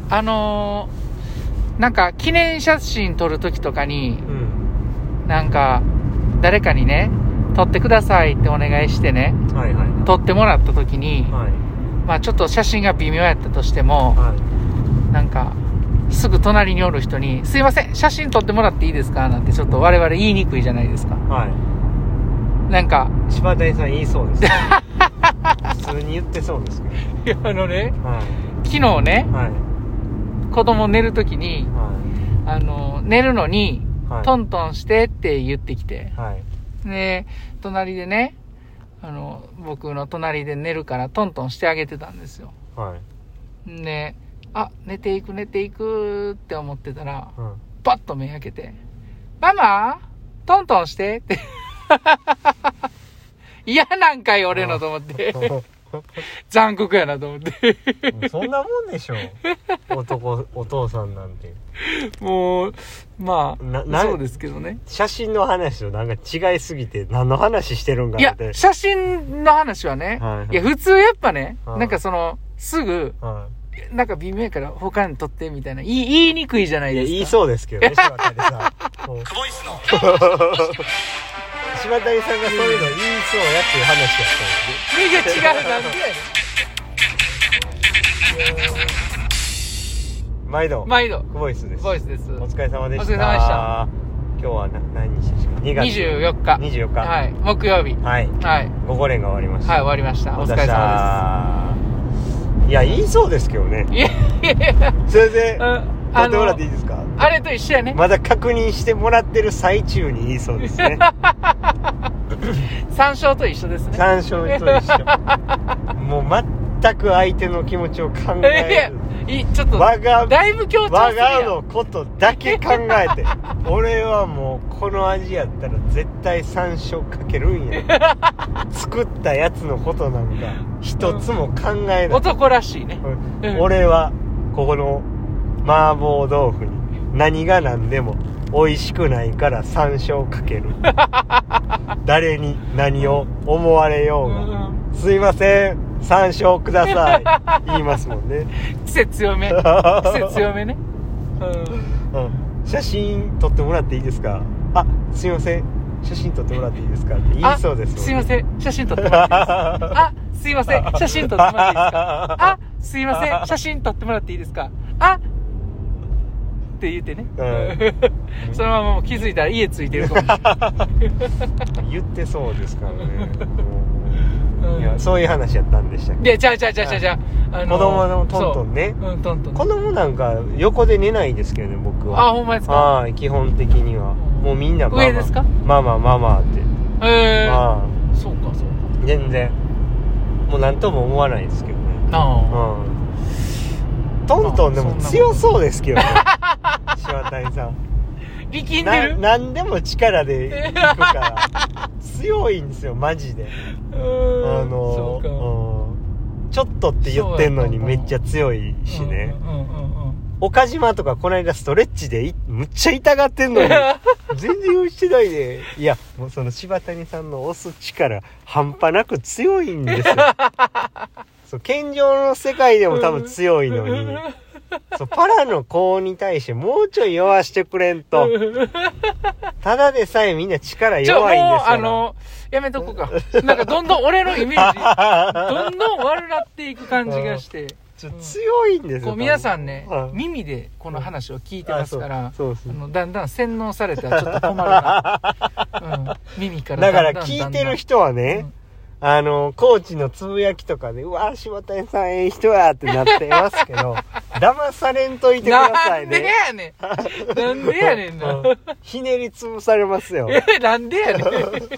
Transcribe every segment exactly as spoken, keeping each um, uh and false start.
あのー、なんか記念写真撮るときとかに、うん、なんか誰かにね撮ってくださいってお願いしてね、はいはい、撮ってもらったときに、はい、まあちょっと写真が微妙やったとしても、はい、なんかすぐ隣におる人にすいません写真撮ってもらっていいですかなんてちょっと我々言いにくいじゃないですか。はい。なんか柴谷さん言いそうです普通に言ってそうですけど。 いやあのね、はい、昨日ね、はい、子供寝るときに、はい、あの寝るのに、はい、トントンしてって言ってきて、はい、で隣でねあの僕の隣で寝るからトントンしてあげてたんですよ。はい。であ寝ていく寝ていくって思ってたら、うん、パッと目開けてママトントンしてって嫌なんかい俺のと思って残酷やなと思ってそんなもんでしょ男お父さんなんてもうまあななそうですけどね。 写真の話となんか違いすぎて何の話してるんかって。 いや写真の話はね、はいはい、いや普通やっぱね、はい、なんかそのすぐ、はいなんか微妙やから他に撮ってみたいな言い、言いにくいじゃないですか。 いや言いそうですけどね柴谷さんクボイスの柴谷さんがそういうの言いそうやっていう話やったんですね。 いや違うなんでやねん毎度毎度クボイスです。 クボイスです。 お疲れ様でした。 お疲れ様でした。 今日はな何日ですか。にがつにじゅうよっかにじゅうよっかはい木曜日はいはいごご連が終わりました。 はい終わりました。お疲れ様です。 いや言いそうですけどね。いやいやいやそれで撮ってもらっていいですか。 あれと一緒やね。 まだ確認してもらってる最中に言いそうですね参照と一緒ですね。 参照と一緒もう全く相手の気持ちを考えるいちょっと我がだいぶ強調するやん。 我がのことだけ考えて俺はもうこの味やったら絶対山椒かけるんや作ったやつのことなんか一つも考えない、うん、 男らしいね、 うん、俺はここの麻婆豆腐に何が何でも美味しくないから山椒かける誰に何を思われようが、うん、すいません山椒ください言いますもんね。 癖強め癖強めね、 うんうん、写真撮ってもらっていいですか。あすいません写真撮ってもらっていいですかって言いそうですもんね。 すいません写真撮ってもらっていいですかあすいません写真撮ってもらっていいですかあすいません写真撮ってもらっていいですかあって言ってね、うん、そのままもう気づいたら家ついてるかもしれない言ってそうですからねうん、いやそういう話やったんでしたっけ。 いやちゃうちゃうちゃうちゃうちゃう、 あのー、子供のトントンね、 うん、トントン子供なんか横で寝ないですけどね僕は。 あほんまですか。 はい基本的には、うん、もうみんなママ上ですか。 ママママってへえー、そうかそうか全然もう何とも思わないですけどね。ああ、うん、トントンでも強そうですけどね柴谷さん力んでるな何でも力でいくから強いんですよマジで。あのそうか、うん、ちょっとって言ってんのにめっちゃ強いしね、うんうんうんうん、岡島とかこの間ストレッチでむっちゃ痛がってんのに全然用意してないでいやもうその柴谷さんの押す力半端なく強いんですよそう健常の世界でも多分強いのに、うんそうパラの子に対してもうちょい弱してくれんとただでさえみんな力弱いんですよ。 あのやめとこうかなんかどんどん俺のイメージどんどん悪なっていく感じがしてちょ強いんですよ。 こう皆さんね耳でこの話を聞いてますからそうそうそうあのだんだん洗脳されたらちょっと困るな、うん、耳からだから聞いてる人はね、うんあのコーチのつぶやきとかでうわ柴谷さんええ人やってなってますけど騙されんといてくださいね。 なんでやねんなんでやねんなひねり潰されますよ。 えなんでやねん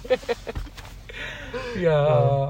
いやー、うん、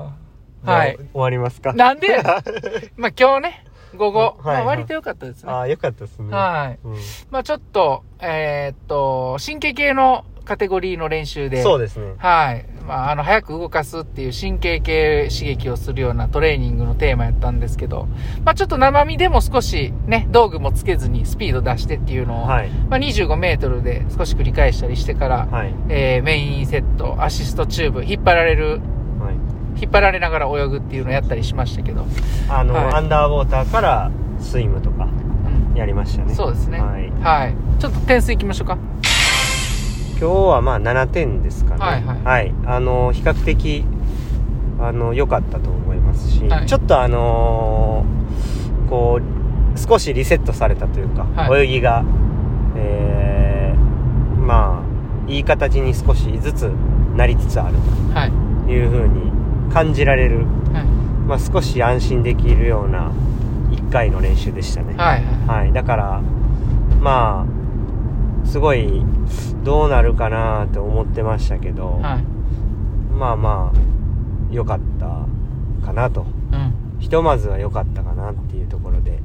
はい終わりますか。 なんでやねんまあ今日ね午後、はいはいまあ、割と良かったですね。 ああ良かったですね。 はい、うん、まあちょっとえー、っと神経系のカテゴリーの練習でそうですねはいまああの早く動かすっていう神経系刺激をするようなトレーニングのテーマやったんですけどまあちょっと生身でも少しね道具もつけずにスピード出してっていうのを、はいまあ、にじゅうごメートルで少し繰り返したりしてから、はいえー、メインセットアシストチューブ引っ張られる、はい、引っ張られながら泳ぐっていうのをやったりしましたけどあの、はい、アンダーウォーターからスイムとか、うん、 やりましたね。 そうですね。はい。はい。ちょっと点数いきましょうか。 今日はまあななてんですかね。はいはい。はい。あの、比較的、あの、良かったと思いますし、はい、ちょっとあのー、こう、少しリセットされたというか、はい、泳ぎが、えー、まあ、いい形に少しずつなりつつあるというふうに感じられる、はい、まあ少し安心できるようないっかいの練習でしたね。はい、はいはい、だからまあすごいどうなるかなと思ってましたけど、はい、まあまあ良かったかなと、うん、ひとまずは良かったかなっていうところで、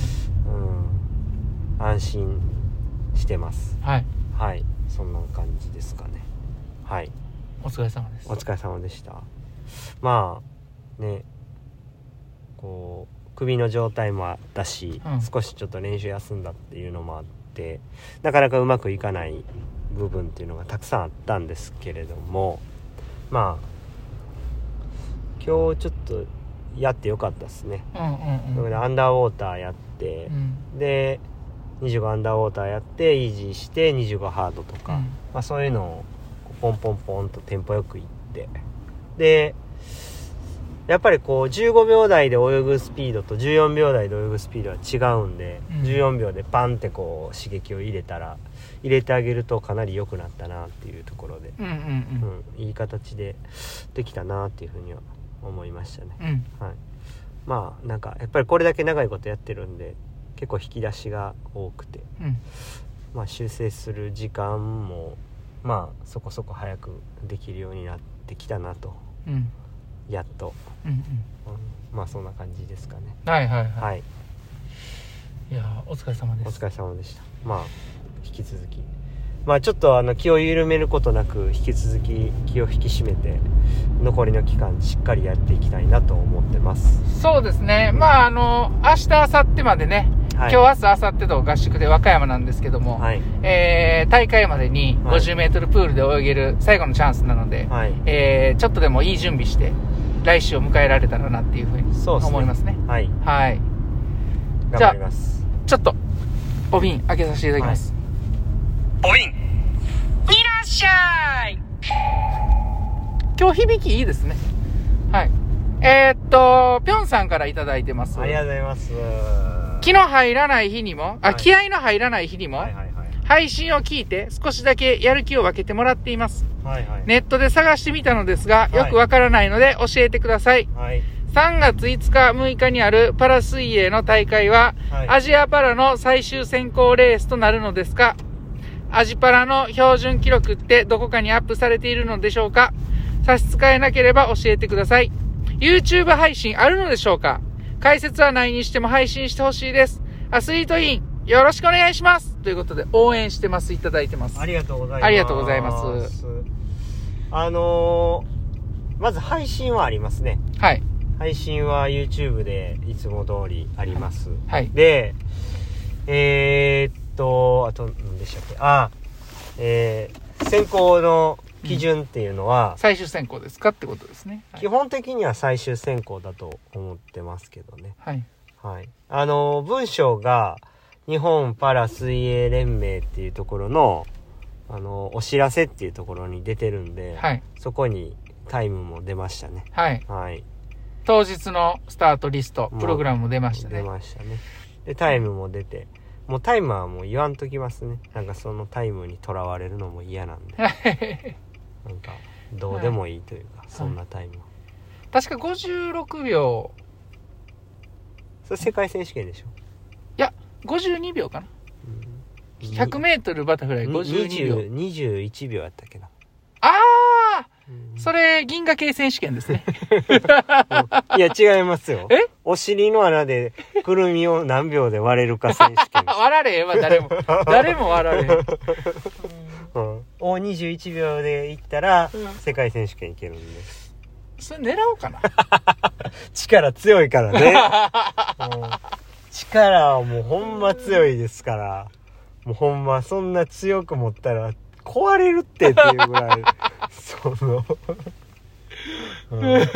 うんうん、安心してます。はい、はい、そんな感じですかね。はい、 お疲れ様です。 お疲れ様でした。まあね、こう首の状態もあったし、うん、少しちょっと練習休んだっていうのもあってなかなかうまくいかない部分っていうのがたくさんあったんですけれども、まあ今日ちょっとやってよかったですね。うんうんうん、アンダーウォーターやって、うん、でにじゅうごアンダーウォーターやってイージーしてにじゅうごハードとか、うん、まあ、そういうのをポンポンポンとテンポよくいって、でやっぱりこうじゅうごびょう台で泳ぐスピードとじゅうよんびょう台で泳ぐスピードは違うんで、うん、じゅうよんびょうでパンってこう刺激を入れたら入れてあげるとかなり良くなったなっていうところで、うんうんうんうん、いい形でできたなっていうふうには思いましたね。うん、はい、まあなんかやっぱりこれだけ長いことやってるんで結構引き出しが多くて、うん、まあ修正する時間もまあそこそこ早くできるようになってきたなと、うん、やっと、うんうんうん、まあそんな感じですかね。 はいはいはい、はい、いやお疲れ様です。 お疲れ様でした。まあ引き続きまあちょっとあの気を緩めることなく引き続き気を引き締めて残りの期間しっかりやっていきたいなと思ってます。 そうですね、うん、まああの明日明後日までね、はい、今日明日明後日と合宿で和歌山なんですけども、はい、えー、大会までに ごじゅうメートル プールで泳げる最後のチャンスなので、はい、えー、ちょっとでもいい準備して来週を迎えられたらなっていうふうに思いますね。はい、はい、 頑張ります。 じゃあちょっとお瓶開けさせていただきます。 はい、お瓶いらっしゃい。今日響きいいですね。はい、えー、っとぴょんさんからいただいてます。 ありがとうございます。 気の入らない日にも、あ、はい、気合の入らない日にも、はいはいはい、配信を聞いて少しだけやる気を分けてもらっています。はいはい、ネットで探してみたのですが、よくわからないので教えてください。はい、さんがついつかむいかにあるパラ水泳の大会は、はい、アジアパラの最終選考レースとなるのですか？アジパラの標準記録ってどこかにアップされているのでしょうか？差し支えなければ教えてください。YouTube 配信あるのでしょうか？解説はないにしても配信してほしいです。アスリートインよろしくお願いします。ということで応援してます、いただいてます。 ありがとうございます。 ありがとうございます。 あのー、まず配信はありますね。はい。配信は YouTube でいつも通りあります。はい。で、えー、っとあと何でしたっけ？あ、えー、選考の基準っていうのは、 うん、最終選考ですかってことですね。 はい、基本的には最終選考だと思ってますけどね。はい。はい。あの文章が日本パラ水泳連盟っていうところのあのお知らせっていうところに出てるんで、はい、そこにタイムも出ましたね。はい。はい。 当日のスタートリスト、プログラムも出ましたね。 出ましたね。でタイムも出て、もうタイムはもう言わんときますね。なんかそのタイムにとらわれるのも嫌なんで。なんかどうでもいいというか、はい、そんなタイム、はい、 確かごじゅうろくびょう。 それ世界選手権でしょ？ いやごじゅうにびょうかな、うん、ひゃくメートルバタフライごじゅうにびょう、 にじゅういちびょうやったっけな。 ああ、うん、それ銀河系選手権ですね。 いや違いますよ。え？お尻の穴でくるみを何秒で割れるか選手権。 割られへんわ、誰も誰も割られへん。 うん、をにじゅういちびょうでいったら世界選手権いけるんで、 それ狙おうかな。 力強いからね。うん、力はもうほんま強いですから、もうほんまそんな強く持ったら壊れるってっていうぐらい。その、うん、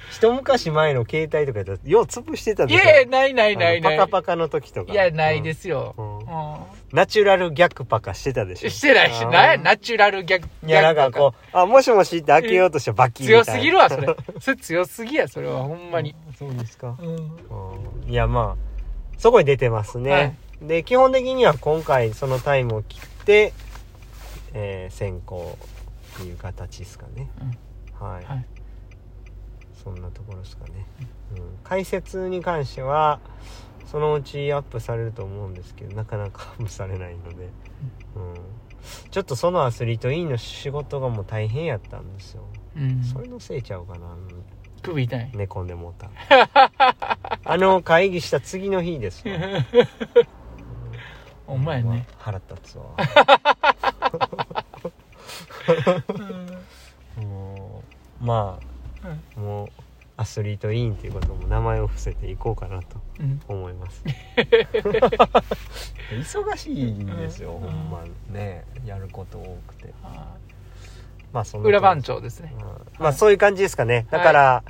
一昔前の携帯とかやったらよう潰してたでしょ。 いやいや、ないないないない。 パカパカの時とか。 いや、ないですよ。 うんうんナチュラル逆パカしてたでしょ。 してないし、なナチュラル逆。 いや、なんかこう、あ、もしもしって開けようとしてバキみたいな。 強すぎるわ、それ。それ強すぎや、それは、ほんまに。 そうですか。 うん。 うんいや、まあ、そこに出てますね。 はいで、基本的には今回そのタイムを切って、えー、先行っていう形ですかね。うん、はい、はい。そんなところですかね。うん、解説に関しては、そのうちアップされると思うんですけど、なかなかアップされないので、うん、ちょっとそのアスリート委員の仕事がもう大変やったんですよ。うん、それのせいちゃうかな。 首痛い。 寝込んでもうた。あの会議した次の日ですわ。 お前ね。 腹立つわ。もうまあ、うん、もうアスリート委員ということも名前を伏せていこうかなと思います。うん、忙しいんですよ、うん、ほんまね、やること多くて。まあそんな裏番長ですね。 まあそういう感じですかね。だから、はい、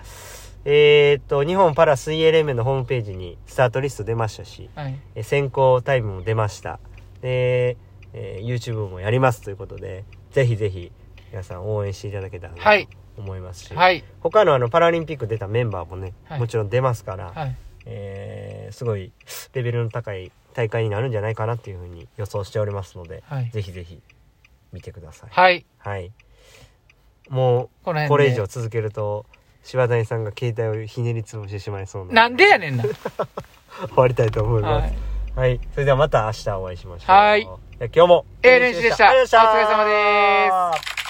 えー、っと日本パラ水泳連盟のホームページにスタートリスト出ましたし、はい、え選考タイムも出ました。で、えー、YouTube もやりますということで、ぜひぜひ皆さん応援していただけたらなと思いますし、はい、他のあのパラリンピック出たメンバーもね、はい、もちろん出ますから、はい、えー、すごいレベルの高い大会になるんじゃないかなっていうふうに予想しておりますので、はい、ぜひぜひ見てください。はい。はい。もうこ, これ以上続けると柴谷さんが携帯をひねりつぶしてしまいそうなので、 なんでやねんな。 終わりたいと思います。はい、はい、それではまた明日お会いしましょう。はい。今日もええ練習でした。お疲れ様です。